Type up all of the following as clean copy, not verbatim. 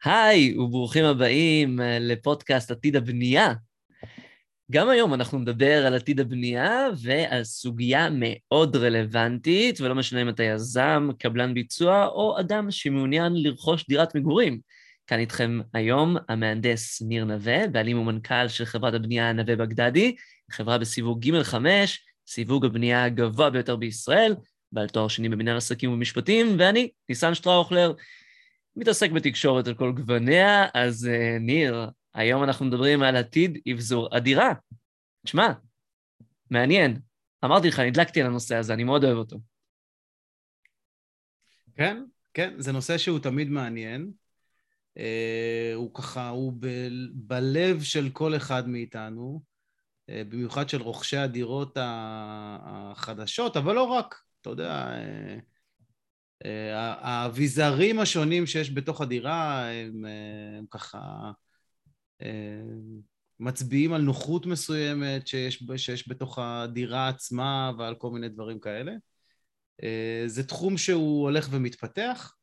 היי, וברוכים הבאים לפודקאסט עתיד הבנייה. גם היום אנחנו נדבר על עתיד הבנייה ועל סוגיה מאוד רלוונטית, ולא משנה אם אתה יזם, קבלן ביצוע או אדם שמעוניין לרכוש דירת מגורים. כאן איתכם היום המהנדס ניר נווה, בעלים ומנכ"ל של חברת הבנייה נווה בגדדי, חברה בסיווג ג'5, סיווג הבנייה הגבוה ביותר בישראל, בעל תואר שני במנהל עסקים ומשפטים, ואני, ניסן שטראוכלר, מתעסק בתקשורת על כל גווניה. אז ניר, היום אנחנו מדברים על עתיד אבזור הדירה. תשמע, מעניין. אמרתי לך, נדלקתי על הנושא הזה, אני מאוד אוהב אותו. כן, כן, זה נושא שהוא תמיד מעניין. הוא ככה, הוא בלב של כל אחד מאיתנו, במיוחד של רוכשי הדירות החדשות, אבל לא רק, אתה יודע, האביזרים השונים שיש בתוך הדירה, הם ככה מצביעים על נוחות מסוימת שיש בתוך הדירה עצמה ועל כל מיני דברים כאלה. זה תחום שהוא הולך ומתפתח.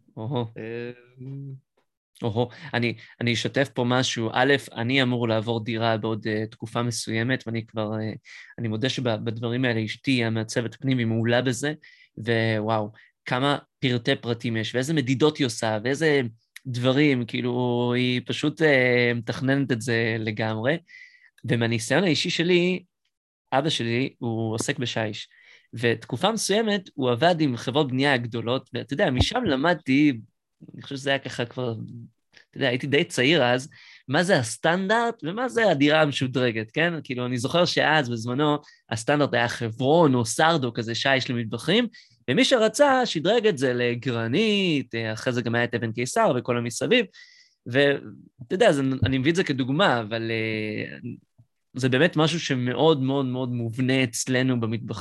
אני אשתף פה משהו. א', אני אמור לעבור דירה בעוד תקופה מסוימת, ואני כבר, אני מודה שבדברים האלה אשתי, המעצבת פנים, היא מעולה בזה, ווואו, כמה פרטי פרטים יש, ואיזה מדידות היא עושה, ואיזה דברים, כאילו, היא פשוט מתכננת את זה לגמרי. ומהניסיון האישי שלי, אבא שלי, הוא עוסק בשיש, ותקופה מסוימת הוא עבד עם חברות בנייה הגדולות, ואתה יודע, משם למדתי, אני חושב שזה היה ככה כבר, אתה יודע, הייתי די צעיר אז, מה זה הסטנדרט ומה זה הדירה המשודרגת, כן? כאילו, אני זוכר שאז בזמנו הסטנדרט היה חברון או סרדו, כזה שיש למטבחים, ומי שרצה שדרג את זה לגרנית, אחרי זה גם היה את אבן קיסר וכל המסביב, ואתה יודע, אני מביא את זה כדוגמה, אבל זה באמת משהו שמאוד מאוד מאוד מובנה אצלנו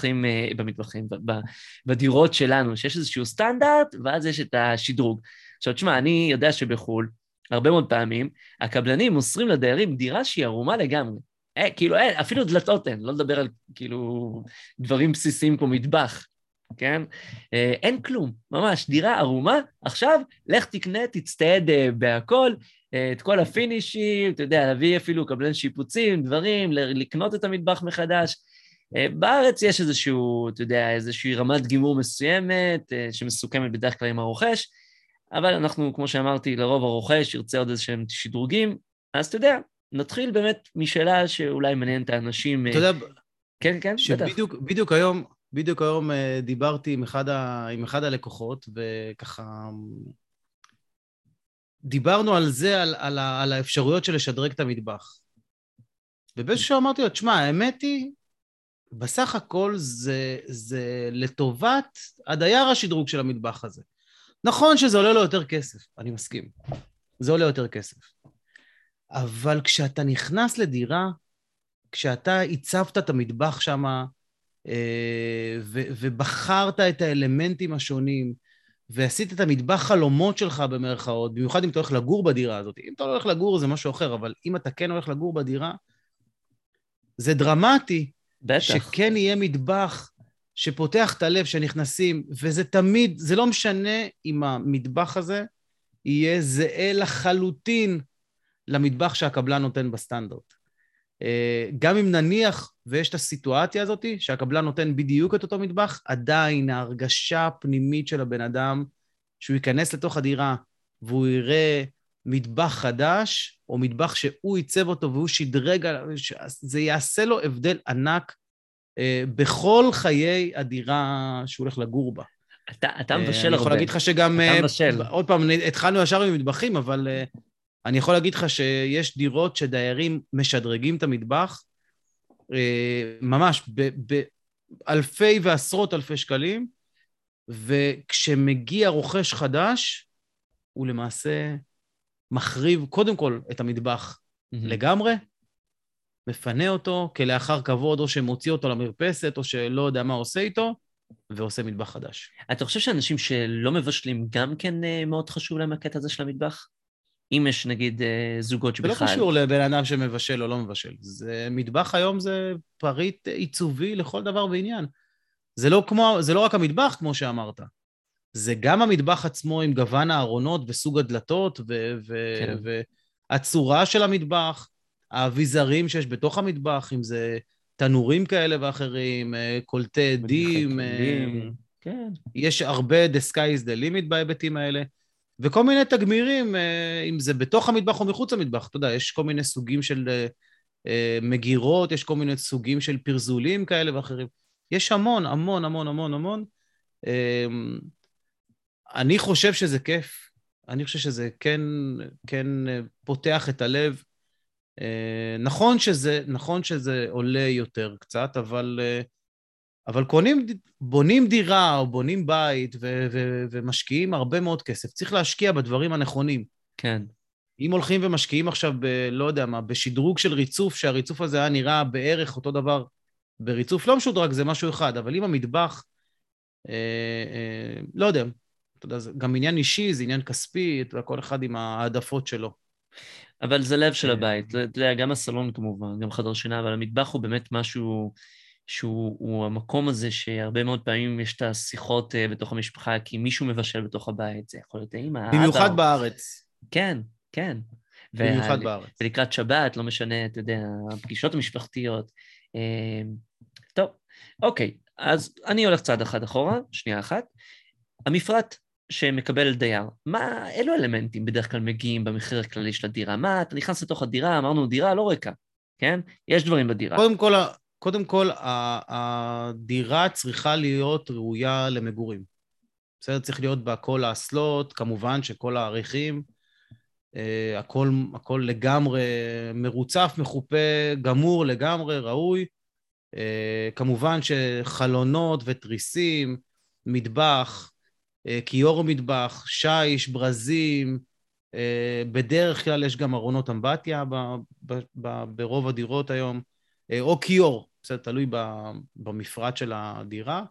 בדירות שלנו, שיש איזשהו סטנדרט, ואז יש את השדרוג. עכשיו, תשמע, אני יודע שבחול, הרבה מאוד פעמים, הקבלנים מוסרים לדיירים דירה שהיא ערומה לגמרי. כאילו, אפילו דלתות אין, לא לדבר על כאילו דברים בסיסיים כמו מטבח, כן? אין כלום, ממש, דירה ערומה. עכשיו, לך תקנה, תצטייד בהכל, את כל הפינישים, אתה יודע, להביא אפילו קבלן שיפוצים, דברים, לקנות את המטבח מחדש. בארץ יש איזשהו, אתה יודע, איזושהי רמת גימור מסוימת, שמסוכמת בדרך כלל עם הרוכש, אבל אנחנו, כמו שאמרתי, לרוב הרוכש ירצה עוד איזשהם שדרוגים, אז אתה יודע, נתחיל באמת משאלה שאולי מעניין את האנשים. אתה יודע, כן, כן, בטח. בדיוק היום דיברתי עם אחד הלקוחות, וככה דיברנו על זה, על האפשרויות של לשדרג את המטבח. ובאיזשהו אמרתי לו, תשמע, האמת היא, בסך הכל זה לטובת הדייר השדרוג של המטבח הזה. נכון שזה עולה לו יותר כסף, אני מסכים. זה עולה יותר כסף. אבל כשאתה נכנס לדירה, כשאתה הצבת את המטבח שם, ובחרת את האלמנטים השונים, ועשית את המטבח חלומות שלך במרכאות, במיוחד אם אתה הולך לגור בדירה הזאת. אם אתה לא הולך לגור זה משהו אחר, אבל אם אתה כן הולך לגור בדירה, זה דרמטי. בטח. שכן יהיה מטבח שפותח את הלב שנכנסים, וזה תמיד, זה לא משנה אם המטבח הזה יהיה זהה לחלוטין למטבח שהקבלן נותן בסטנדרט. גם אם נניח ויש את הסיטואציה הזאת, שהקבלן נותן בדיוק את אותו מטבח, עדיין ההרגשה הפנימית של הבן אדם, שהוא ייכנס לתוך הדירה, והוא יראה מטבח חדש, או מטבח שהוא ייצב אותו והוא שדרג, זה יעשה לו הבדל ענק, בכל חיי הדירה שהוא הולך לגור בה. אתה מבשל הרבה. אני יכול להגיד לך שגם, אתה מבשל. עוד פעם, התחלנו ישר עם מטבחים, אבל אני יכול להגיד לך שיש דירות שדיירים משדרגים את המטבח, ממש באלפי ועשרות אלפי שקלים, וכשמגיע רוכש חדש, הוא למעשה מחריב קודם כל את המטבח לגמרי, מפנה אותו כלאחר כבוד, או שמוציא אותו למרפסת, או שלא יודע מה עושה איתו, ועושה מטבח חדש. אתה חושב שאנשים שלא מבשלים גם כן מאוד חשוב להם הקטע הזה של המטבח? אם יש נגיד זוגות שבכלל... זה לא קשור לבן אדם שמבשל או לא מבשל. זה מטבח היום זה פריט עיצובי לכל דבר בעניין. זה לא רק המטבח כמו שאמרת. זה גם המטבח עצמו עם גוון הארונות וסוג הדלתות כן, והצורה של המטבח, האביזרים שיש בתוך המטבח, אם זה תנורים כאלה ואחרים, קולטי מניחי עדים, כלים, כן. יש הרבה the sky is the limit בהיבטים האלה, וכל מיני תגמירים, אם זה בתוך המטבח או מחוץ למטבח, אתה יודע, יש כל מיני סוגים של מגירות, יש כל מיני סוגים של פרזולים כאלה ואחרים. יש המון, המון, המון, המון, המון. אני חושב שזה כיף. אני חושב שזה כן פותח את הלב. נכון שזה עולה יותר קצת, אבל בונים דירה או בונים בית ומשקיעים הרבה מאוד כסף. צריך להשקיע בדברים הנכונים. כן. אם הולכים ומשקיעים עכשיו לא יודע מה, בשדרוג של ריצוף, שהריצוף הזה היה נראה בערך אותו דבר בריצוף לא משודרג, זה משהו אחד, אבל אם המטבח, לא יודע, אתה יודע, זה גם עניין אישי, זה עניין כספי, כל אחד עם העדפות שלו. אבל זה לב של הבית, אתה יודע, גם הסלון כמובן, גם חדר שינה, אבל המטבח הוא באמת משהו שהוא המקום הזה שהרבה מאוד פעמים יש את השיחות בתוך המשפחה, כי מישהו מבשל בתוך הבית, זה יכול להיות האמא, האבא. במיוחד בארץ. כן, כן. במיוחד בארץ. ולקראת שבת, לא משנה, אתה יודע, הפגישות המשפחתיות. טוב, אוקיי, אז אני הולך צעד אחד אחורה, שנייה אחת. המפרט שמקבל דייר, אילו אלמנטים בדרך כלל מגיעים במחיר הכללי של הדירה? אתה נכנס לתוך הדירה, אמרנו, דירה לא ריקה, כן? יש דברים בדירה. קודם כל, הדירה צריכה להיות ראויה למגורים. בסדר, צריך להיות בה כל האסלות, כמובן שכל העריכים, הכל לגמרי מרוצף, מחופה, גמור לגמרי, ראוי. כמובן שחלונות ותריסים, מטבח, כיור מטבח, שיש, ברזים, בדרך כלל יש גם ארונות אמבטיה ברוב הדירות היום, או כיור, בסדר, תלוי במפרט של הדירה.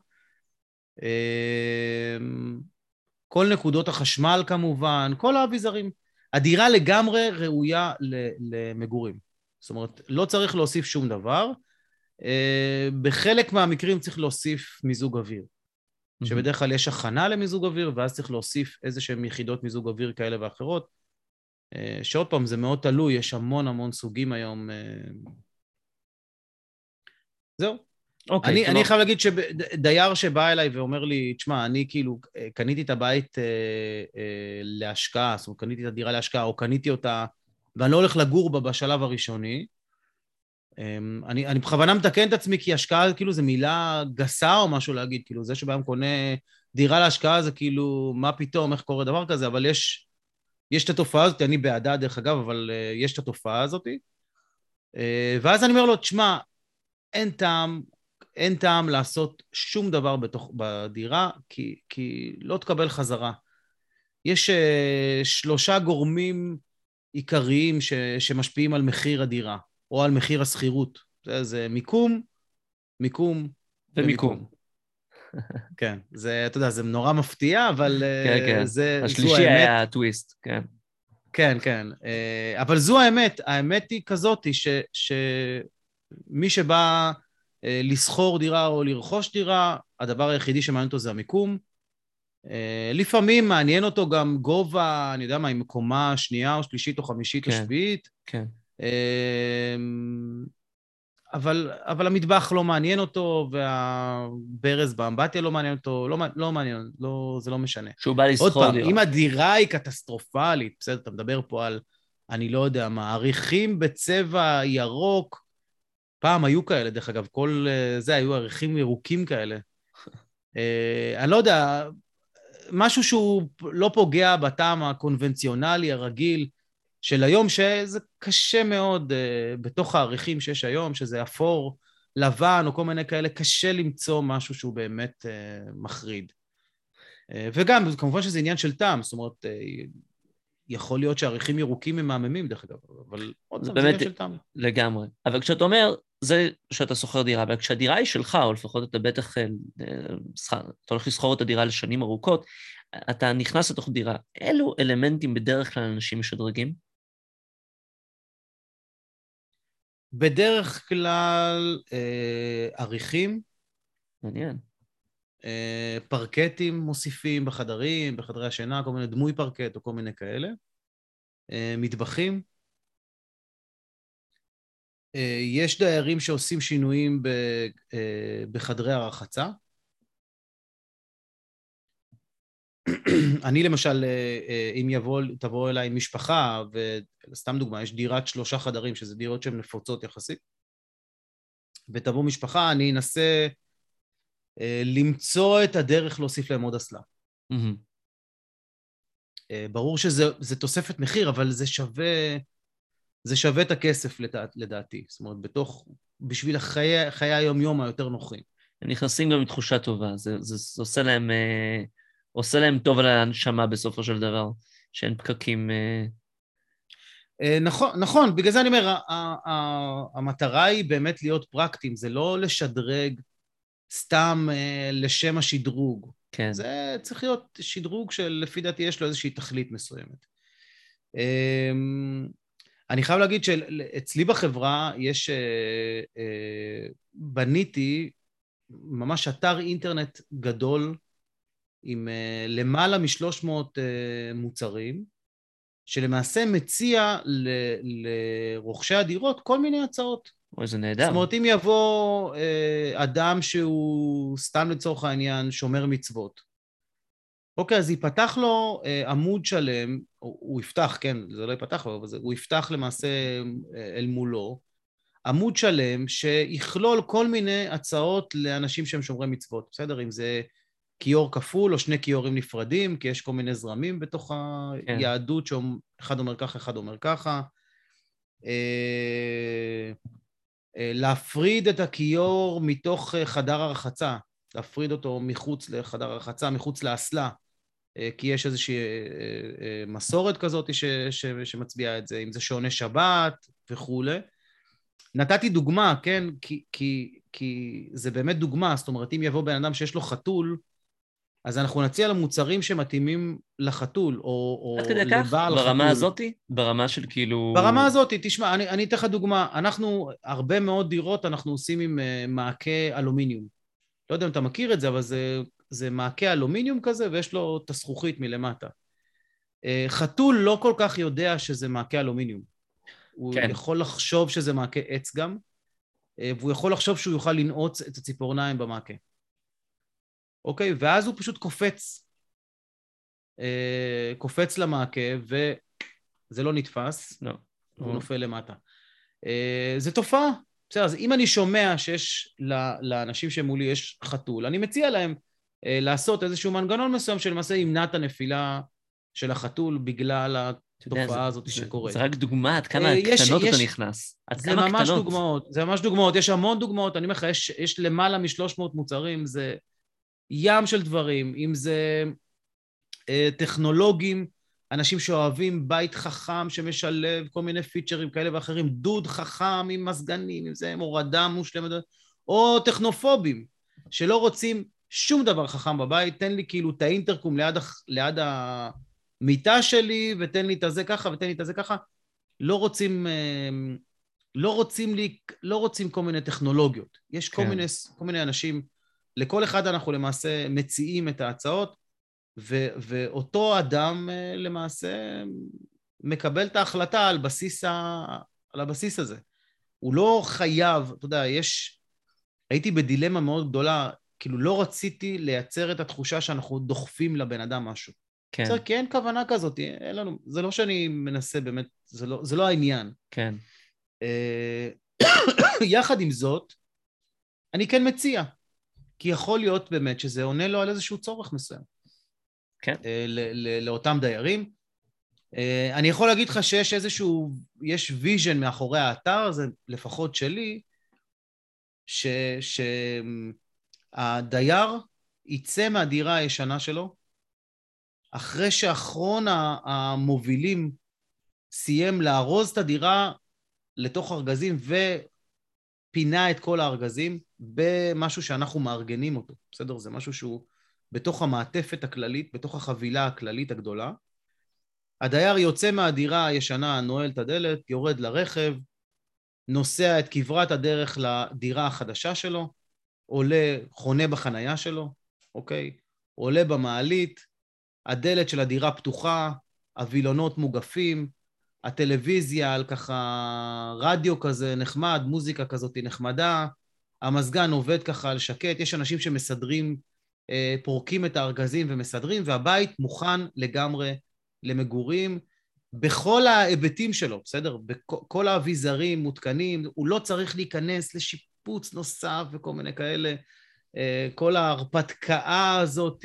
כל נקודות החשמל כמובן, כל האביזרים. הדירה לגמרי ראויה למגורים. זאת אומרת, לא צריך להוסיף שום דבר. בחלק מהמקרים צריך להוסיף מיזוג אוויר. שבדרך כלל יש הכנה למיזוג אוויר, ואז צריך להוסיף איזה שהן יחידות מיזוג אוויר כאלה ואחרות. שעוד פעם, זה מאוד תלוי, יש המון המון סוגים היום. זהו. אני חייב להגיד שדייר שבא אליי ואומר לי, תשמע, אני כאילו קניתי את הבית להשקעה, זאת אומרת, קניתי את הדירה להשקעה, או קניתי אותה, ואני לא הולך לגור בה בשלב הראשוני. אני בכוונה מתקן את עצמי, כי השקעה כאילו זה מילה גסה או משהו להגיד, כאילו זה שבהם קונה דירה להשקעה זה כאילו, מה פתאום, איך קורה דבר כזה, אבל יש את התופעה הזאת, אני בעדה דרך אגב, אבל יש את התופעה הזאת. ואז אני אומר לו, תשמע, אין טעם לעשות שום דבר בדירה, כי לא תקבל חזרה. יש 3 גורמים עיקריים שמשפיעים על מחיר הדירה, או על מחיר השכירות. זה מיקום, מיקום ומיקום. כן, אתה יודע, זה נורא מפתיע, אבל כן, כן. זו האמת. השלישי היה הטוויסט, כן. כן, כן. אבל זו האמת. האמת היא כזאת, שמי שבא לסחור דירה או לרכוש דירה, הדבר היחידי שמעניין אותו זה המיקום. לפעמים מעניין אותו גם גובה, אני יודע מה, עם קומה שנייה או שלישית או חמישית או שביעית. כן. אבל המטבח לא מעניין אותו, והברז באמבטיה לא מעניין אותו, לא מעניין, זה לא משנה. שהוא בא לסחור דירה. עוד פעם, אם הדירה היא קטסטרופלית, בסדר, אתה מדבר פה על, אני לא יודע מה, עריכים בצבע ירוק, פעם היו כאלה, דרך אגב, כל זה, היו עריכים ירוקים כאלה. אני לא יודע, משהו שהוא לא פוגע בטעם הקונבנציונלי, הרגיל, של היום, שזה קשה מאוד בתוך העריכים שיש היום, שזה אפור, לבן או כל מיני כאלה, קשה למצוא משהו שהוא באמת מחריד. וגם, כמובן שזה עניין של טעם, זאת אומרת, יכול להיות שעריכים ירוקים הם מהממים, דרך אגב, אבל עוד פעם, זה עניין של טעם. לגמרי. אבל כשאתה אומר, זה שאתה שוכר דירה, אבל כשהדירה היא שלך, או לפחות אתה בטח, אתה הולך לסחור את הדירה לשנים ארוכות, אתה נכנס לתוך דירה, אילו אלמנטים בדרך כלל אנשים משדרגים? בדרך כלל עריכים. מעניין. פרקטים מוסיפים בחדרים, בחדרי השינה, כל מיני דמוי פרקט או כל מיני כאלה. מטבחים. יש דיירים שעושים שינויים בחדרי הרחצה. אני למשל, אם תבוא אליי משפחה, וסתם דוגמה, יש דירת 3 חדרים, שזה דירות שהן נפוצות יחסית, ותבוא משפחה, אני אנסה למצוא את הדרך להוסיף להם עוד אסלה. ברור שזה תוספת מחיר, אבל זה שווה את הכסף לדעתי. זאת אומרת, בשביל חיי היום-יום היותר נוחים. הם נכנסים גם עם תחושה טובה, זה עושה להם טוב על ההנשמה בסופו של דבר, שאין פקקים. נכון, בגלל זה אני אומר, המטרה היא באמת להיות פרקטיים, זה לא לשדרג סתם לשם השדרוג. כן. זה צריך להיות שדרוג שלפי דעתי יש לו איזושהי תכלית מסוימת. אני חייב להגיד שאצלי בחברה יש, בניתי ממש אתר אינטרנט גדול, עם למעלה מ-300 מוצרים, שלמעשה מציע לרוכשי הדירות כל מיני הצעות. אוי, זה נהדר. זאת אומרת, אם יבוא אדם שהוא סתם לצורך העניין שומר מצוות, אוקיי, אז ייפתח לו עמוד שלם, הוא יפתח, כן, זה לא ייפתח לו, אבל הוא יפתח למעשה אל מולו, עמוד שלם שיכלול כל מיני הצעות לאנשים שהם שומרי מצוות, בסדר? אם זה כיור כפול או 2 כיורים נפרדים, כי יש כל מיני זרמים בתוך היהדות, שאחד אומר ככה, אחד אומר ככה. להפריד את הכיור מתוך חדר הרחצה, להפריד אותו מחוץ לחדר הרחצה, מחוץ לאסלה, כי יש איזושהי מסורת כזאת שמצביעה את זה, אם זה שעוני שבת וכו'. נתתי דוגמה, כן? כי זה באמת דוגמה, זאת אומרת, אם יבוא בן אדם שיש לו חתול, אז אנחנו נציע למוצרים שמתאימים לחתול, או לבעל חתול. ברמה הזאת? ברמה של כאילו... ברמה הזאת, תשמע, אני אתן לך דוגמה. הרבה מאוד דירות אנחנו עושים עם מעקה אלומיניום. לא יודע אם אתה מכיר את זה, אבל זה מעקה אלומיניום כזה, ויש לו את הזכוכית מלמטה. חתול לא כל כך יודע שזה מעקה אלומיניום. הוא יכול לחשוב שזה מעקה עץ גם, והוא יכול לחשוב שהוא יוכל לנעוץ את הציפורניים במעקה. אוקיי? ואז הוא פשוט קופץ למעקה, וזה לא נתפס, הוא נופל למטה. זה תופעה. בסדר, אז אם אני שומע שיש לאנשים שמולי יש חתול, אני מציע להם לעשות איזשהו מנגנון מסוים שלמעשה ימנע את הנפילה של החתול בגלל התופעה הזאת שקורית. זה רק דוגמה, עד כמה קטנות אתה נכנס. זה ממש דוגמאות, זה ממש דוגמאות, יש המון דוגמאות, אני אומר לך, יש למעלה מ-300 מוצרים, זה ים של דברים, אם זה טכנולוגים, אנשים שאוהבים בית חכם שמשלב כל מיני פיצ'רים כאלה ואחרים, דוד חכם עם מזגנים, אם זה הורדה מושלמת, או טכנופובים, שלא רוצים שום דבר חכם בבית, תן לי כאילו את האינטרקום ליד המיטה שלי, ותן לי את זה ככה, ותן לי את זה ככה, לא רוצים כל מיני טכנולוגיות. יש כל מיני אנשים, לכל אחד אנחנו למעשה מציעים את ההצעות, ואותו אדם למעשה מקבל את ההחלטה על הבסיס הזה. הוא לא חייב, אתה יודע, הייתי בדילמה מאוד גדולה, כאילו לא רציתי לייצר את התחושה שאנחנו דוחפים לבן אדם משהו. כן. בסדר, כי אין כוונה כזאת, זה לא שאני מנסה באמת, זה לא העניין. כן. יחד עם זאת, אני כן מציע, כי יכול להיות באמת שזה עונה לו על איזשהו צורך מסוים. כן. לאותם דיירים. אני יכול להגיד לך שיש יש ויז'ן מאחורי האתר, זה לפחות שלי, שהדייר יצא מהדירה הישנה שלו, אחרי שאחרון המובילים סיים לארוז את הדירה לתוך ארגזים ופינה את כל הארגזים במשהו שאנחנו מארגנים אותו. בסדר? זה משהו שהוא בתוך המעטפת הכללית, בתוך החבילה הכללית הגדולה. הדייר יוצא מהדירה הישנה, נועל את הדלת, יורד לרכב, נוסע את כברת הדרך לדירה החדשה שלו, עולה, חונה בחנייה שלו, אוקיי? עולה במעלית, הדלת של הדירה פתוחה, הווילונות מוגפים, הטלוויזיה על ככה רדיו כזה נחמד, מוזיקה כזאת נחמדה, המזגן עובד ככה על שקט, יש אנשים שמסדרים, פורקים את הארגזים ומסדרים, והבית מוכן לגמרי למגורים, בכל ההיבטים שלו, בסדר? בכל האביזרים מותקנים, הוא לא צריך להיכנס לשיפוץ נוסף וכל מיני כאלה, כל ההרפתקאה הזאת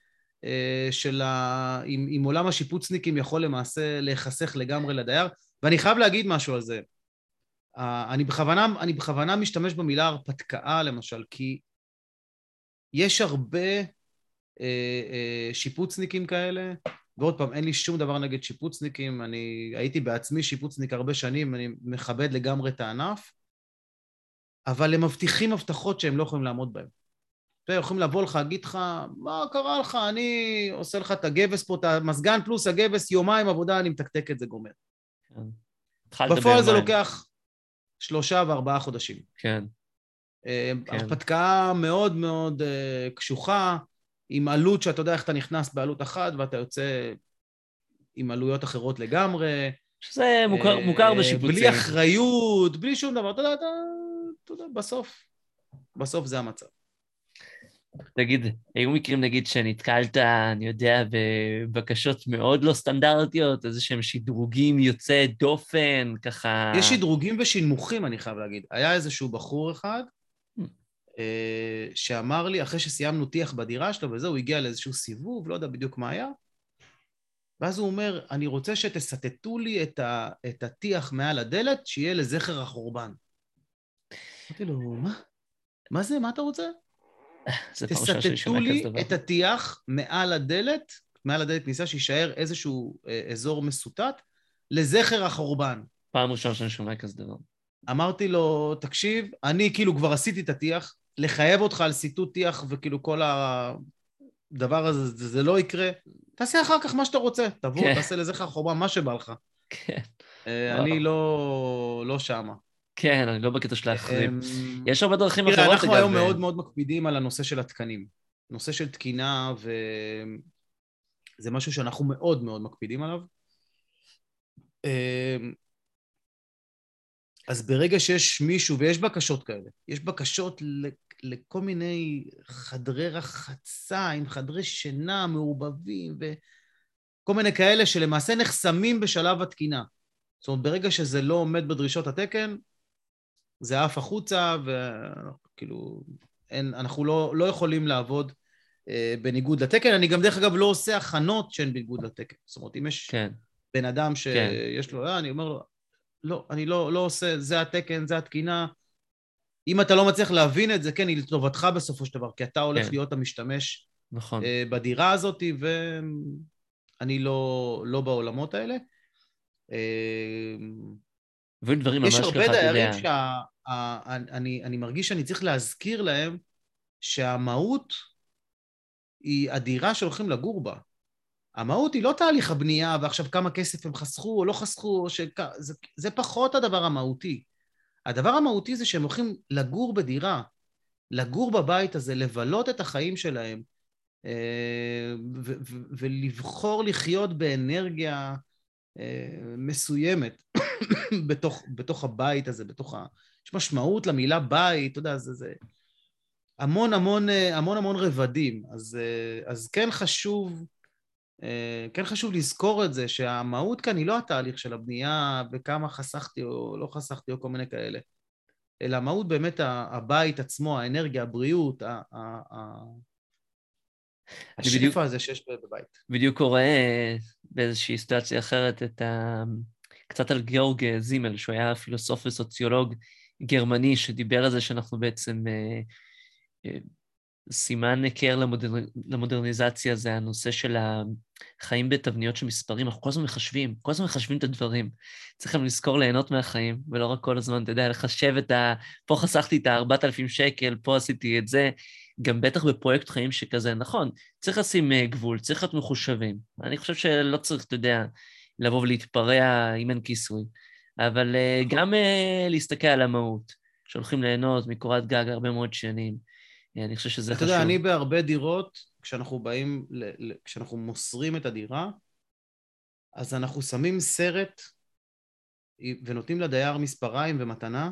עם עולם השיפוצניקים יכול למעשה להיחסך לגמרי לדייר, ואני חייב להגיד משהו על זה. אני בכוונה משתמש במילה הרפתקאה למשל, כי יש הרבה שיפוצניקים כאלה, ועוד פעם, אין לי שום דבר נגד שיפוצניקים, אני הייתי בעצמי שיפוצניק הרבה שנים, אני מכבד לגמרי את הענף, אבל הם מבטיחים הבטחות שהם לא יכולים לעמוד בהם. יכולים לבוא לך, להגיד לך, מה קרה לך, אני עושה לך את הגבס פה, את המסגן פלוס הגבס, יומיים עבודה, אני מתקתק את זה גומר. בפועל זה לוקח 3 ו4 חודשים. כן. הרפתקה מאוד מאוד קשוחה, עם עלות שאתה יודע איך אתה נכנס בעלות אחת, ואתה יוצא עם עלויות אחרות לגמרי. שזה מוכר בשיפוצים. בלי אחריות, בלי שום דבר. אתה יודע, בסוף זה המצב. תגיד, היו מקרים נגיד שנתקלת, אני יודע, בבקשות מאוד לא סטנדרטיות, איזה שהם שדרוגים יוצאי דופן, ככה... יש שדרוגים ושינמוכים, אני חייב להגיד. היה איזשהו בחור אחד, שאמר לי, אחרי שסיימנו טיח בדירה שלו, וזהו, הוא הגיע לאיזשהו סיבוב, לא יודע בדיוק מה היה, ואז הוא אומר, אני רוצה שתסטטו לי את הטיח מעל הדלת, שיהיה לזכר החורבן. אמרתי לו, מה? מה זה? מה אתה רוצה? תסטטו לי את הטיח מעל הדלת כניסה, שישאר איזשהו אזור מסוטט, לזכר החורבן. פעם ראשונה שאני שומע כזה דבר. אמרתי לו, תקשיב, אני כאילו כבר עשיתי את הטיח, לחייב אותך על סיטוט טיח, וכאילו כל הדבר הזה, זה לא יקרה. תעשה אחר כך מה שאתה רוצה, תבוא, תעשה לזכר החורבן, מה שבא לך. כן. אני לא שמה. כן, אני לא בקטע של להחריב. יש הרבה דרכים אחרות. אנחנו היום מאוד מאוד מקפידים על הנושא של התקנים. נושא של תקינה, וזה משהו שאנחנו מאוד מאוד מקפידים עליו. אז ברגע שיש מישהו, ויש בקשות כאלה, יש בקשות לכל מיני חדרי רחצה, עם חדרי שינה מעובבים, וכל מיני כאלה שלמעשה נחסמים בשלב התקינה. זאת אומרת, ברגע שזה לא עומד בדרישות התקן, זה עף החוצה, וכאילו, אנחנו לא יכולים לעבוד בניגוד לתקן. אני גם דרך אגב לא עושה הכנות שהן בניגוד לתקן. זאת אומרת, אם יש בן אדם שיש לו, אני אומר לו, לא, אני לא עושה, זה התקן, זה התקינה. אם אתה לא מצליח להבין את זה, כן, היא לטובתך בסופו של דבר, כי אתה הולך להיות המשתמש בדירה הזאת, ואני לא בעולמות האלה. יש הרבה דיירים שאני מרגיש שאני צריך להזכיר להם שהמהות היא הדירה שהולכים לגור בה. המהות היא לא תהליך הבנייה, ועכשיו כמה כסף הם חסכו או לא חסכו, זה פחות הדבר המהותי. הדבר המהותי זה שהם הולכים לגור בדירה, לגור בבית הזה, לבלות את החיים שלהם, ולבחור לחיות באנרגיה מסוימת בתוך הבית הזה, יש משמעות למילה בית, אתה יודע, זה המון המון המון המון רבדים, אז כן חשוב לזכור את זה, שהמהות כאן היא לא התהליך של הבנייה, וכמה חסכתי או לא חסכתי או כל מיני כאלה, אלא המהות באמת הבית עצמו, האנרגיה, הבריאות, השפע הזה שיש בבית. בדיוק קורא באיזושהי סיטואציה אחרת קצת על גאורג זימל, שהוא היה פילוסוף וסוציולוג גרמני, שדיבר על זה שאנחנו בעצם סימן היכר למודרניזציה, זה הנושא של החיים בתבניות של מספרים. אנחנו כל הזמן מחשבים את הדברים. צריכים לזכור ליהנות מהחיים, ולא רק כל הזמן, אתה יודע, לחשב פה חסכתי את 4,000 שקל, פה עשיתי את זה, גם בטח בפרויקט חיים שכזה, נכון, צריך לשים גבול, צריך להיות מחושבים. אני חושב שלא צריך, אתה יודע, לבוא ולהתפרע אם אין כיסוי, אבל גם להסתכל על המהות, שהולכים ליהנות מקורת גג הרבה מאוד שנים, אני חושב שזה אתה חשוב. יודע, אני בהרבה דירות, כשאנחנו מוסרים את הדירה, אז אנחנו שמים סרט ונותנים לדייר מספריים ומתנה,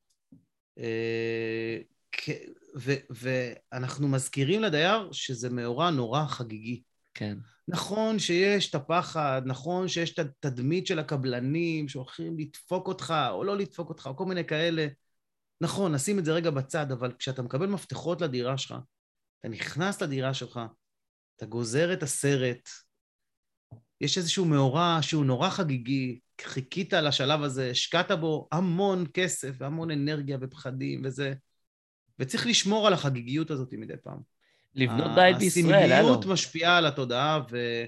ואנחנו מזכירים לדייר שזה מאורע נורא חגיגי. כן. נכון שיש את הפחד, נכון שיש את התדמית של הקבלנים שהולכים לדפוק אותך או לא לדפוק אותך, או כל מיני כאלה. נכון, נשים את זה רגע בצד, אבל כשאתה מקבל מפתחות לדירה שלך, אתה נכנס לדירה שלך, אתה גוזר את הסרט, יש איזשהו מאורע שהוא נורא חגיגי, חיכית לשלב הזה, השקעת בו המון כסף והמון אנרגיה ופחדים וזה, וצריך לשמור על החגיגיות הזאת מדי פעם. לבנות בית בישראל, הסמליות משפיעה על התודעה,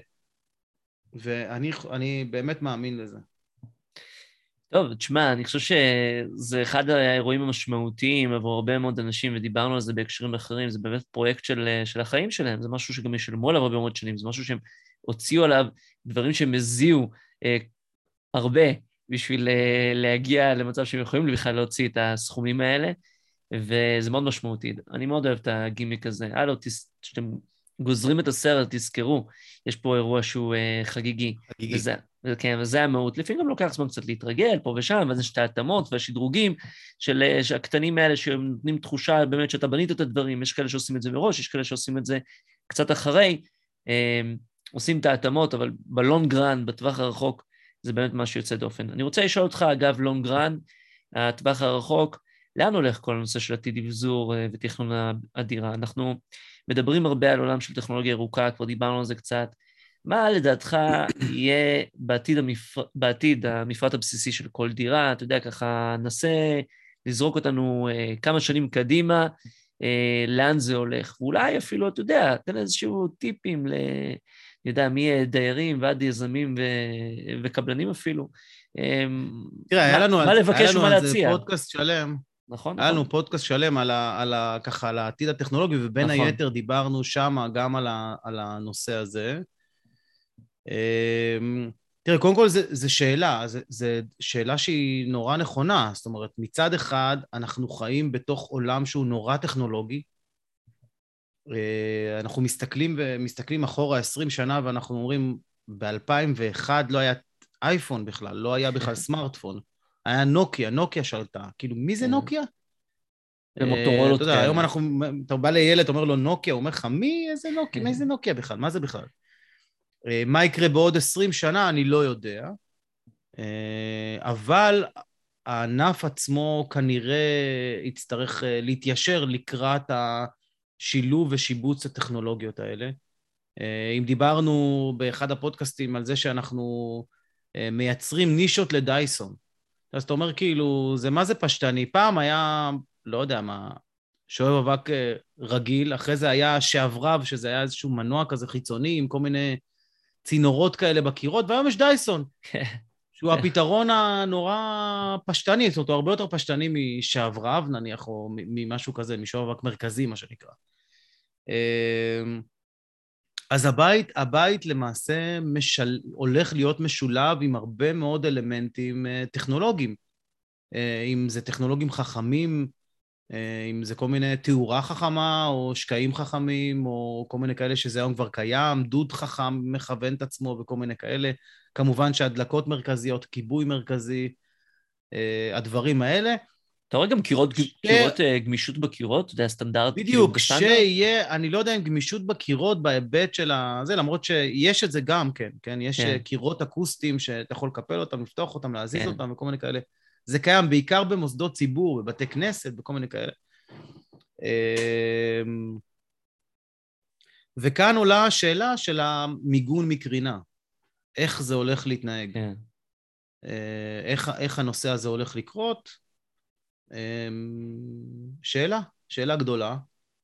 ואני באמת מאמין לזה. טוב, תשמע, אני חושב שזה אחד האירועים המשמעותיים עבור הרבה מאוד אנשים, ודיברנו על זה בהקשרים אחרים, זה באמת פרויקט של החיים שלהם, זה משהו שגם ישלמו עליו הרבה מאוד שנים, זה משהו שהם הוציאו עליו דברים שהם הזיעו הרבה בשביל להגיע למצב שהם יכולים בכלל להוציא את הסכומים האלה, וזה מאוד משמעותי. אני מאוד אוהב את הגימיק הזה. הלו, כשאתם גוזרים את הסרט, תזכרו, יש פה אירוע שהוא חגיגי. חגיגי. כן, וזה המהות. לפעמים גם לוקח זמן קצת להתרגל פה ושם, ואז יש את ההתאמות והשדרוגים של הקטנים האלה שנותנים תחושה באמת שאתה בנית את הדברים. יש כאלה שעושים את זה מראש, יש כאלה שעושים את זה קצת אחרי, עושים את ההתאמות, אבל בלונג-רן, בטווח הרחוק, זה באמת משהו יוצא דופן. אני רוצה לשאול אותך, אגב, לונג-רן, הטווח הרחוק, לאן הולך כל הנושא של עתיד אבזור ותכנון הדירה? אנחנו מדברים הרבה על עולם של טכנולוגיה ירוקה, כבר דיברנו על זה קצת. מה לדעתך יהיה בעתיד המפרט הבסיסי של כל דירה? אתה יודע, ככה נסה לזרוק אותנו כמה שנים קדימה, לאן זה הולך. ואולי אפילו, אתה יודע, תן איזשהו טיפים אני יודע, מי דיירים ועד יזמים וקבלנים אפילו. תראה, היה לנו מה לבקש ומה להציע. פודקאסט שלם. נכון. היה לנו פודקאסט שלם ככה, על העתיד הטכנולוגי, ובין היתר דיברנו שם גם על הנושא הזה. תראה, קודם כל זו שאלה שהיא נורא נכונה. זאת אומרת, מצד אחד אנחנו חיים בתוך עולם שהוא נורא טכנולוגי. אנחנו מסתכלים אחורה 20 שנה ואנחנו אומרים, ב-2001 לא היה אייפון בכלל, לא היה בכלל סמארטפון. היה נוקיה שלטה. כאילו, מי זה נוקיה? ומוטורולות אתה יודע, היום אתה בא לילד, אומר לו נוקיה, הוא אומר לך, מי זה נוקיה בכלל? מה זה בכלל? מה יקרה בעוד 20 שנה, אני לא יודע. אבל הענף עצמו כנראה יצטרך להתיישר לקראת השילוב ושיבוץ הטכנולוגיות האלה. אם דיברנו באחד הפודקאסטים על זה שאנחנו מייצרים נישות לדייסון, אז אתה אומר כאילו, מה זה פשטני? פעם היה, לא יודע מה, שואב אבק רגיל, אחרי זה היה שעברב, שזה היה איזשהו מנוע כזה חיצוני, עם כל מיני צינורות כאלה בקירות, והיום יש דייסון, שהוא הפתרון הנורא פשטני, זאת אומרת, הוא הרבה יותר פשטני משעברב נניח, או ממשהו כזה, משואב אבק מרכזי, מה שנקרא. אז הבית למעשה הולך להיות משולב עם הרבה מאוד אלמנטים טכנולוגיים. אם זה טכנולוגים חכמים, אם זה כל מיני תאורה חכמה, או שקעים חכמים, או כל מיני כאלה שזה היום כבר קיים, דוד חכם מכוון את עצמו וכל מיני כאלה. כמובן שהדלקות מרכזיות, כיבוי מרכזי, הדברים האלה. אתה רואה גם קירות גמישות בקירות? זה הסטנדרט. בדיוק, שיהיה, אני לא יודע אם גמישות בקירות בהיבט של זה, למרות שיש את זה גם, כן, יש קירות אקוסטיים שאתה יכול לקפל אותם, לפתוח אותם, להזיז אותם וכל מיני כאלה. זה קיים בעיקר במוסדות ציבור, בבתי כנסת, בכל מיני כאלה. וכאן עולה השאלה של המיגון מקרינה. איך זה הולך להתנהג? איך הנושא הזה הולך לקרות? שאלה גדולה.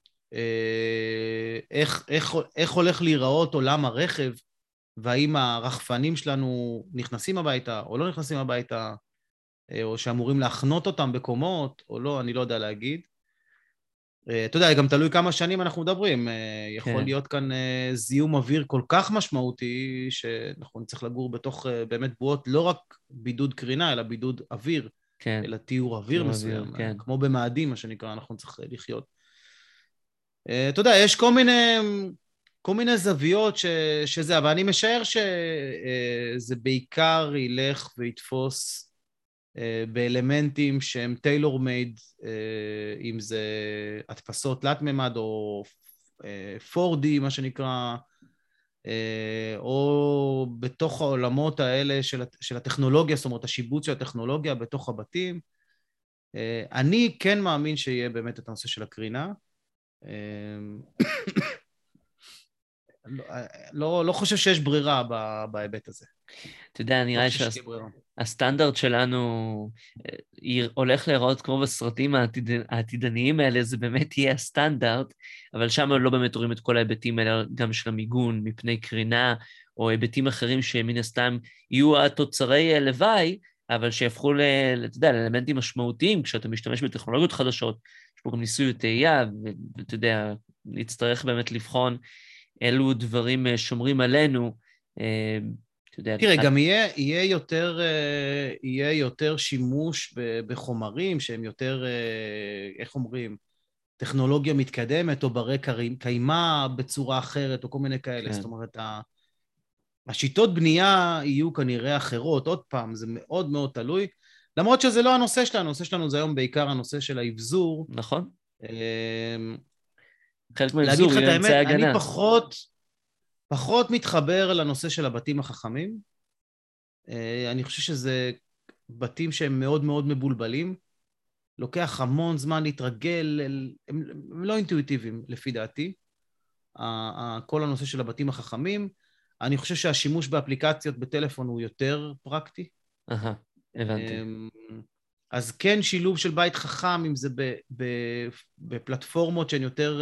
איך הולך להיראות עולם הרכב, והאם הרחפנים שלנו נכנסים הביתה או לא נכנסים הביתה, או שאמורים להכנות אותם בקומות, או לא, אני לא יודע להגיד. אתה יודע, גם תלוי כמה שנים אנחנו מדברים. יכול להיות כאן זיהום אוויר כל כך משמעותי, שאנחנו נצטרך לגור בתוך באמת בועות, לא רק בידוד קרינה, אלא בידוד אוויר, אלא תיאור אוויר מסוים, כמו במאדים, מה שנקרא, אנחנו נצטרך לחיות. אתה יודע, יש כל מיני זוויות שזה, אבל אני משער שזה בעיקר ילך ויתפוס באלמנטים שהם טיילור מייד, אם זה הדפסות תלת-ממד או 4D, מה שנקרא, או בתוך העולמות האלה של הטכנולוגיה, זאת אומרת, השיבוץ של הטכנולוגיה בתוך הבתים. אני כן מאמין שיהיה באמת את הנושא של הקרינה. לא חושב שיש ברירה בהיבט הזה. אתה יודע, לא נראה חושב שתהיה ברירה. שהסטנדרט שלנו הולך להיראות כמו בסרטים העתידניים האלה, זה באמת יהיה הסטנדרט, אבל שם לא באמת רואים את כל ההיבטים האלה, גם של המיגון, מפני קרינה, או היבטים אחרים שמן הסתם יהיו התוצרי לוואי, אבל שיהפכו אתה יודע, לאלמנטים משמעותיים, כשאתה משתמש בטכנולוגיות חדשות, יש פה גם ניסוי וטעייה, ואתה יודע, נצטרך באמת לבחון אילו דברים שומרים עלינו. אתה יודע, תראה, גם יהיה יותר שימוש בחומרים שהם יותר, איך אומרים, טכנולוגיה מתקדמת, או ברי קיימא בצורה אחרת, או כל מיני כאלה. כן. זאת אומרת, השיטות בנייה יהיו כנראה אחרות. עוד פעם, זה מאוד מאוד תלוי, למרות שזה לא הנושא שלנו, הנושא שלנו זה היום בעיקר הנושא של האבזור. נכון. חלק להגיד מהאבזור לך את יהיה האמת, אמצעי אני הגנה. פחות מתחבר לנושא של הבתים החכמים. אני חושב שזה בתים שהם מאוד מאוד מבולבלים. לוקח המון זמן להתרגל, הם לא אינטואיטיביים לפי דעתי. כל הנושא של הבתים החכמים. אני חושב שהשימוש באפליקציות בטלפון הוא יותר פרקטי. הבנתי. אז כן, שילוב של בית חכם, אם זה בפלטפורמות שהן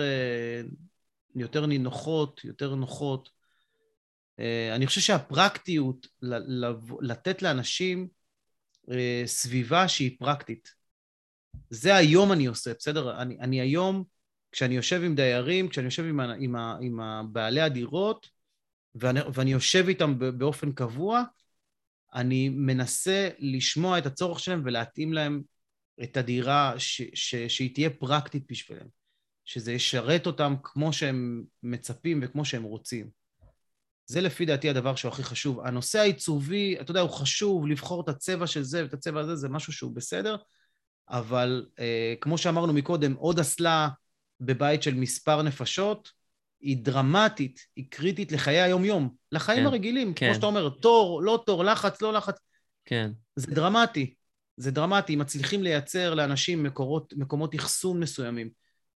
יותר נינוחות, יותר נוחות. אני חושב שהפרקטיות, לתת לאנשים סביבה שהיא פרקטית. זה היום אני עושה, בסדר? אני היום, כשאני יושב עם דיירים, כשאני יושב עם בעלי הדירות, ואני יושב איתם באופן קבוע, אני מנסה לשמוע את הצורך שלהם ולהתאים להם את הדירה שהיא תהיה פרקטית בשבילם. שזה ישרת אותם כמו שהם מצפים וכמו שהם רוצים. זה לפי דעתי הדבר שהוא הכי חשוב. הנושא העיצובי, אתה יודע, הוא חשוב, לבחור את הצבע של זה ואת הצבע הזה, זה משהו שהוא בסדר, אבל כמו שאמרנו מקודם, עוד אסלה בבית של מספר נפשות, היא דרמטית, היא קריטית לחיי היום-יום, לחיים כן, הרגילים, כן. כמו שאתה אומר, תור, לא תור, לחץ, לא לחץ. כן. זה דרמטי, זה דרמטי, מצליחים לייצר לאנשים מקומות אחסון מסוימים,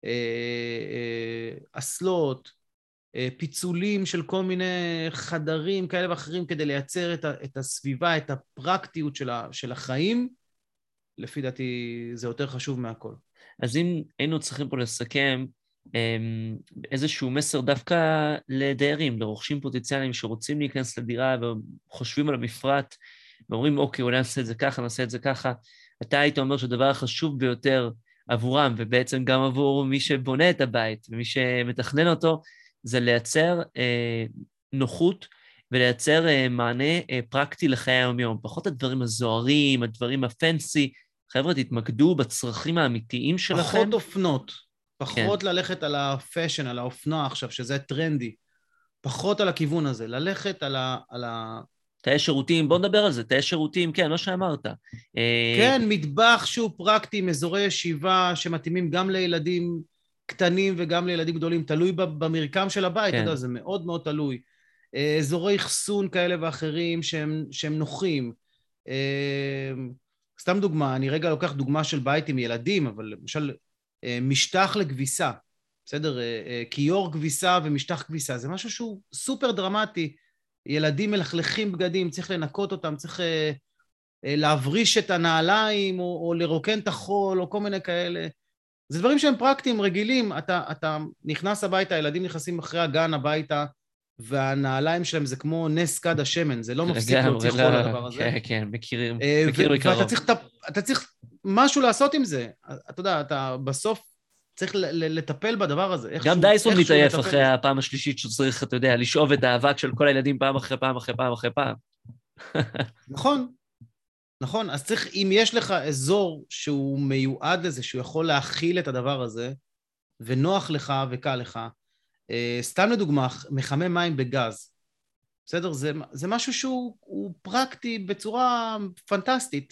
אסלות, פיצולים של כל מיני חדרים כאלה ואחרים, כדי לייצר את הסביבה, את הפרקטיות של החיים. לפי דעתי זה יותר חשוב מהכל. אז אם היינו צריכים פה לסכם איזשהו מסר דווקא לדיירים, לרוכשים פוטנציאליים שרוצים להיכנס לדירה וחושבים על המפרט, ואומרים, אוקיי, אולי נעשה את זה ככה, נעשה את זה ככה, אתה היית אומר שהדבר החשוב ביותר עבורם, ובעצם גם עבור מי שבונה את הבית ומי שמתכנן אותו, זה לייצר נוחות ולייצר מענה פרקטי לחיי היום-יום. פחות הדברים הזוהרים, הדברים הפנסי, חבר'ה, תתמקדו בצרכים האמיתיים שלכם. פחות אופנות, פחות ללכת על הפשן, על האופנה עכשיו, שזה טרנדי. פחות על הכיוון הזה, ללכת על תאי שירותים, בוא נדבר על זה, תאי שירותים, כן, לא שאמרת. כן, מטבח שהוא פרקטי, עם אזורי ישיבה שמתאימים גם לילדים קטנים וגם לילדים גדולים, תלוי במרקם של הבית, אתה יודע, זה מאוד מאוד תלוי. אזורי אחסון כאלה ואחרים שהם נוחים. סתם דוגמה, אני רגע לוקח דוגמה של בית עם ילדים, אבל למשל, משטח לכביסה, בסדר? כיור כביסה ומשטח כביסה, זה משהו שהוא סופר דרמטי. ילדים מלכלכים בגדים, צריך לנקות אותם, צריך להבריש את הנעליים, או לרוקן את החול, או כל מיני כאלה. זה דברים שהם פרקטיים, רגילים. אתה נכנס הביתה, הילדים נכנסים אחרי הגן הביתה, והנעליים שלהם זה כמו נס כד השמן, זה לא מפסיק להוציא חול הדבר הזה. כן, כן, מכירים מקרוב. ואתה צריך משהו לעשות עם זה. אתה יודע, אתה בסוף צריך לטפל בדבר הזה. גם דייסון מתעייף אחרי הפעם השלישית שצריך, אתה יודע, לשאוב את האבק של כל הילדים פעם אחרי פעם אחרי פעם אחרי פעם. נכון, נכון. אז צריך, אם יש לך אזור שהוא מיועד לזה, שהוא יכול להכיל את הדבר הזה, ונוח לך וקל לך. סתם לדוגמה, מחמם מים בגז. בסדר? זה משהו שהוא פרקטי בצורה פנטסטית.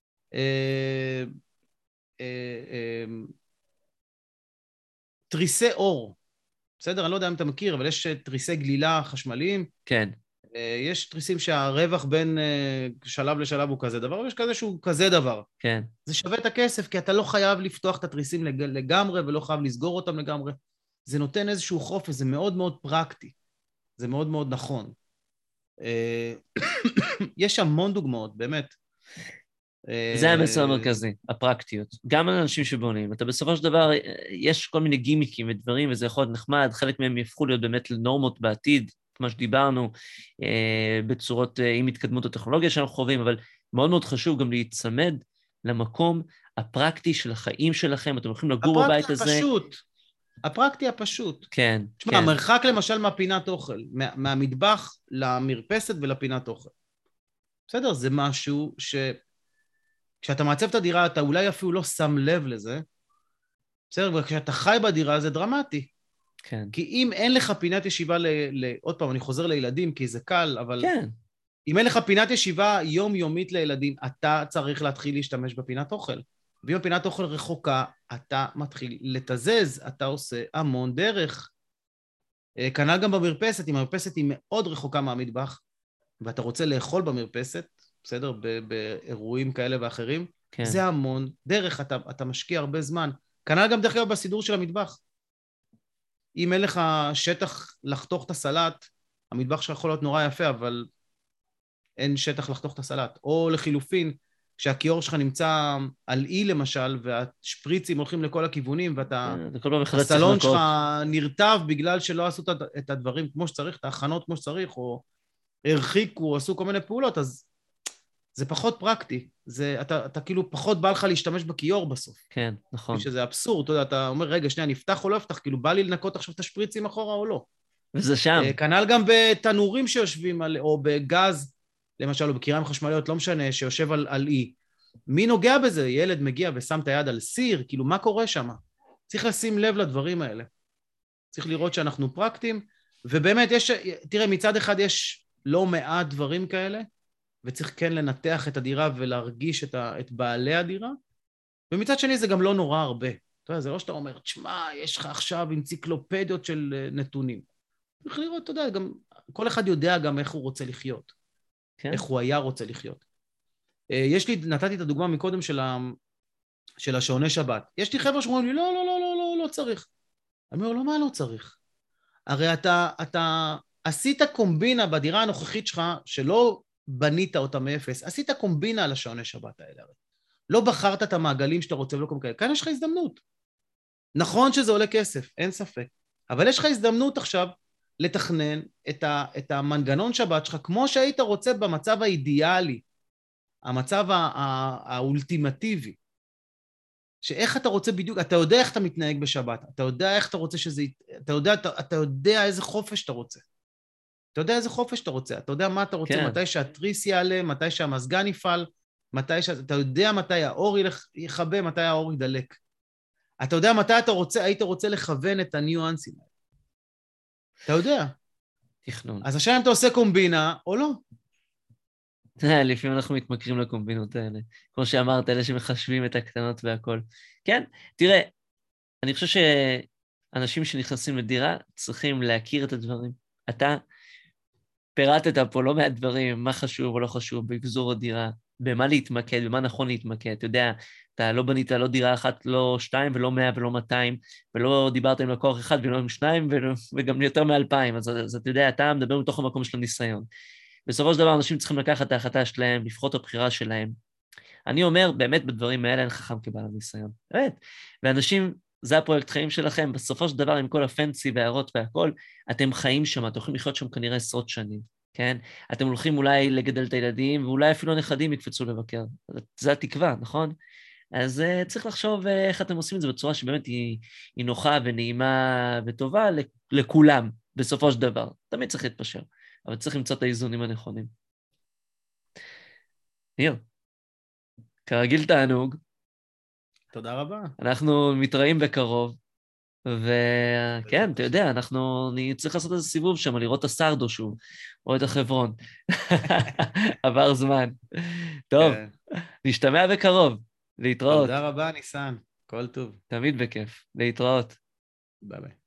תריסי אור. בסדר? אני לא יודע אם אתה מכיר, אבל יש תריסי גלילה חשמליים. כן. יש תריסים שהרווח בין שלב לשלב הוא כזה דבר, ויש כזה שהוא כזה דבר. כן. זה שווה את הכסף, כי אתה לא חייב לפתוח את התריסים לגמרי, ולא חייב לסגור אותם לגמרי. זה נותן איזשהו חופש, זה מאוד מאוד פרקטי. זה מאוד מאוד נכון. יש המון דוגמאות, באמת. זה המסר המרכזי, הפרקטיות. גם לאנשים שבונים. אתה בסופו של דבר, יש כל מיני גימיקים ודברים, וזה יכול להיות נחמד, חלק מהם יפכו להיות באמת לנורמות בעתיד, כמו שדיברנו, בצורות, עם התקדמות הטכנולוגיה שאנחנו חווים, אבל מאוד מאוד חשוב גם להיצמד למקום הפרקטי של החיים שלכם, אתם הולכים לגור בבית הזה. הפרקטי הפשוט. כן, תשמע, כן. המרחק למשל מהפינת אוכל, מהמטבח למרפסת ולפינת אוכל. בסדר, זה משהו כשאתה מעצב את הדירה, אתה אולי אפילו לא שם לב לזה, בסדר, וכשאתה חי בדירה זה דרמטי. כן. כי אם אין לך פינת ישיבה, עוד פעם, אני חוזר לילדים, כי זה קל, אבל כן. אם אין לך פינת ישיבה יומיומית לילדים, אתה צריך להתחיל להשתמש בפינת אוכל. ואם הפינת אוכל רחוקה, אתה מתחיל לתזז, אתה עושה המון דרך. כנ"ל גם במרפסת, אם המרפסת היא מאוד רחוקה מהמטבח, ואתה רוצה לאכול במרפסת, בסדר, באירועים כאלה ואחרים, כן. זה המון דרך, אתה משקיע הרבה זמן. כנ"ל גם דרך כלל בסידור של המטבח. אם אין לך שטח לחתוך את הסלט, המטבח שלך יכול להיות נורא יפה, אבל אין שטח לחתוך את הסלט. או לחילופין, כשהכיור שלך נמצא על אי למשל, והשפריצים הולכים לכל הכיוונים, הסלון שלך נרטב בגלל שלא עשו את הדברים כמו שצריך, את ההכנות כמו שצריך, או הרחיקו, או עשו כל מיני פעולות, אז זה פחות פרקטי. אתה כאילו פחות בא לך להשתמש בכיור בסוף. כן, נכון. שזה אבסורד, אתה יודע, אתה אומר, רגע, שנייה, נפתח או לא נפתח, כאילו בא לי לנקות עכשיו את השפריצים אחורה או לא. וזה שם. כנ"ל גם בתנורים שיושבים או בגז, למשל, או בקיריים חשמליות, לא משנה, שיושב על אי. מי נוגע בזה? ילד מגיע ושם את היד על סיר, כאילו, מה קורה שם? צריך לשים לב לדברים האלה. צריך לראות שאנחנו פרקטיים, ובאמת תראה, מצד אחד יש לא מעט דברים כאלה, וצריך כן לנתח את הדירה ולהרגיש את בעלי הדירה, ומצד שני זה גם לא נורא הרבה. אתה יודע, זה לא שאתה אומר, תשמע, יש לך עכשיו אנציקלופדיות של נתונים. צריך לראות, אתה יודע, גם, כל אחד יודע גם איך הוא רוצה לחיות. כן? איך הוא היה רוצה לחיות. נתתי את הדוגמה מקודם של השעוני שבת. יש לי חבר'ה שאומרים לי, לא, לא, לא, לא, לא, לא צריך. אני אומר, לא, מה לא צריך? הרי אתה עשית קומבינה בדירה הנוכחית שלך, שלא בנית אותה מאפס, עשית קומבינה על השעוני שבת האלה. לא בחרת את המעגלים שאתה רוצה ולא כל כאלה. כאן יש לך הזדמנות. נכון שזה עולה כסף, אין ספק. אבל יש לך הזדמנות עכשיו לתכנן את המנגנון שבת שלך, כמו שהיית רוצה במצב האידיאלי, המצב האולטימטיבי. שאיך אתה רוצה בדיוק, אתה יודע איך אתה מתנהג בשבת, אתה יודע איך אתה רוצה שזה, אתה יודע איזה חופש אתה רוצה. אתה יודע איזה חופש אתה רוצה, אתה יודע מה אתה רוצה, כן. מתי שהתריס יעלה, מתי שהמזגן יפעל, אתה יודע מתי האור יכבה, מתי האור ידלק. אתה יודע מתי היית רוצה לכוון את הניואנסים. אתה יודע. תכנון. אז השאלה אם אתה עושה קומבינה או לא. לפעמים אנחנו מתמכרים לקומבינות האלה. כמו שאמרת, אלה שמחשבים את הקטנות והכל. כן, תראה, אני חושב שאנשים שנכנסים לדירה צריכים להכיר את הדברים. אתה פירטת פה לא מעט דברים, מה חשוב או לא חשוב, בגזור הדירה, במה להתמקד, במה נכון להתמקד. אתה יודע, אתה לא בנית לא דירה אחת, לא 2 ולא 100 ולא 200, ולא דיברת עם לקוח אחד ולא עם 2 וגם יותר מ-2,000, אז אתה יודע, אתה מדבר מתוך המקום של הניסיון. בסופו של דבר, אנשים צריכים לקחת את ההחלטה שלהם, לבחור את הבחירה שלהם. אני אומר, באמת בדברים האלה אין חכם כבעל הניסיון. באמת. ואנשים, זה הפרויקט חיים שלכם, בסופו של דבר, עם כל הפנסי והערות והכל, אתם חיים שם, אתם הולכים לחיות שם כנראה 10 שנים, כן? אתם הולכים אולי לגדל את הילדים, ואולי אפילו הנכדים יקפצו לבקר. זה התקווה, נכון? אז צריך לחשוב איך אתם עושים את זה בצורה שבאמת היא נוחה ונעימה וטובה לכולם, בסופו של דבר. תמיד צריך להתפשר. אבל צריך למצוא את האיזונים הנכונים. ניר, כרגיל תענוג. תודה רבה. אנחנו מתראים בקרוב. וכן, אתה יודע, אני צריך לעשות איזה סיבוב שם, לראות את הסרדו שוב, או את החברון. עבר זמן. טוב, כן. נשתמע בקרוב. להתראות. תודה רבה, ניסן. כל טוב. תמיד בכיף. להתראות. ביי ביי.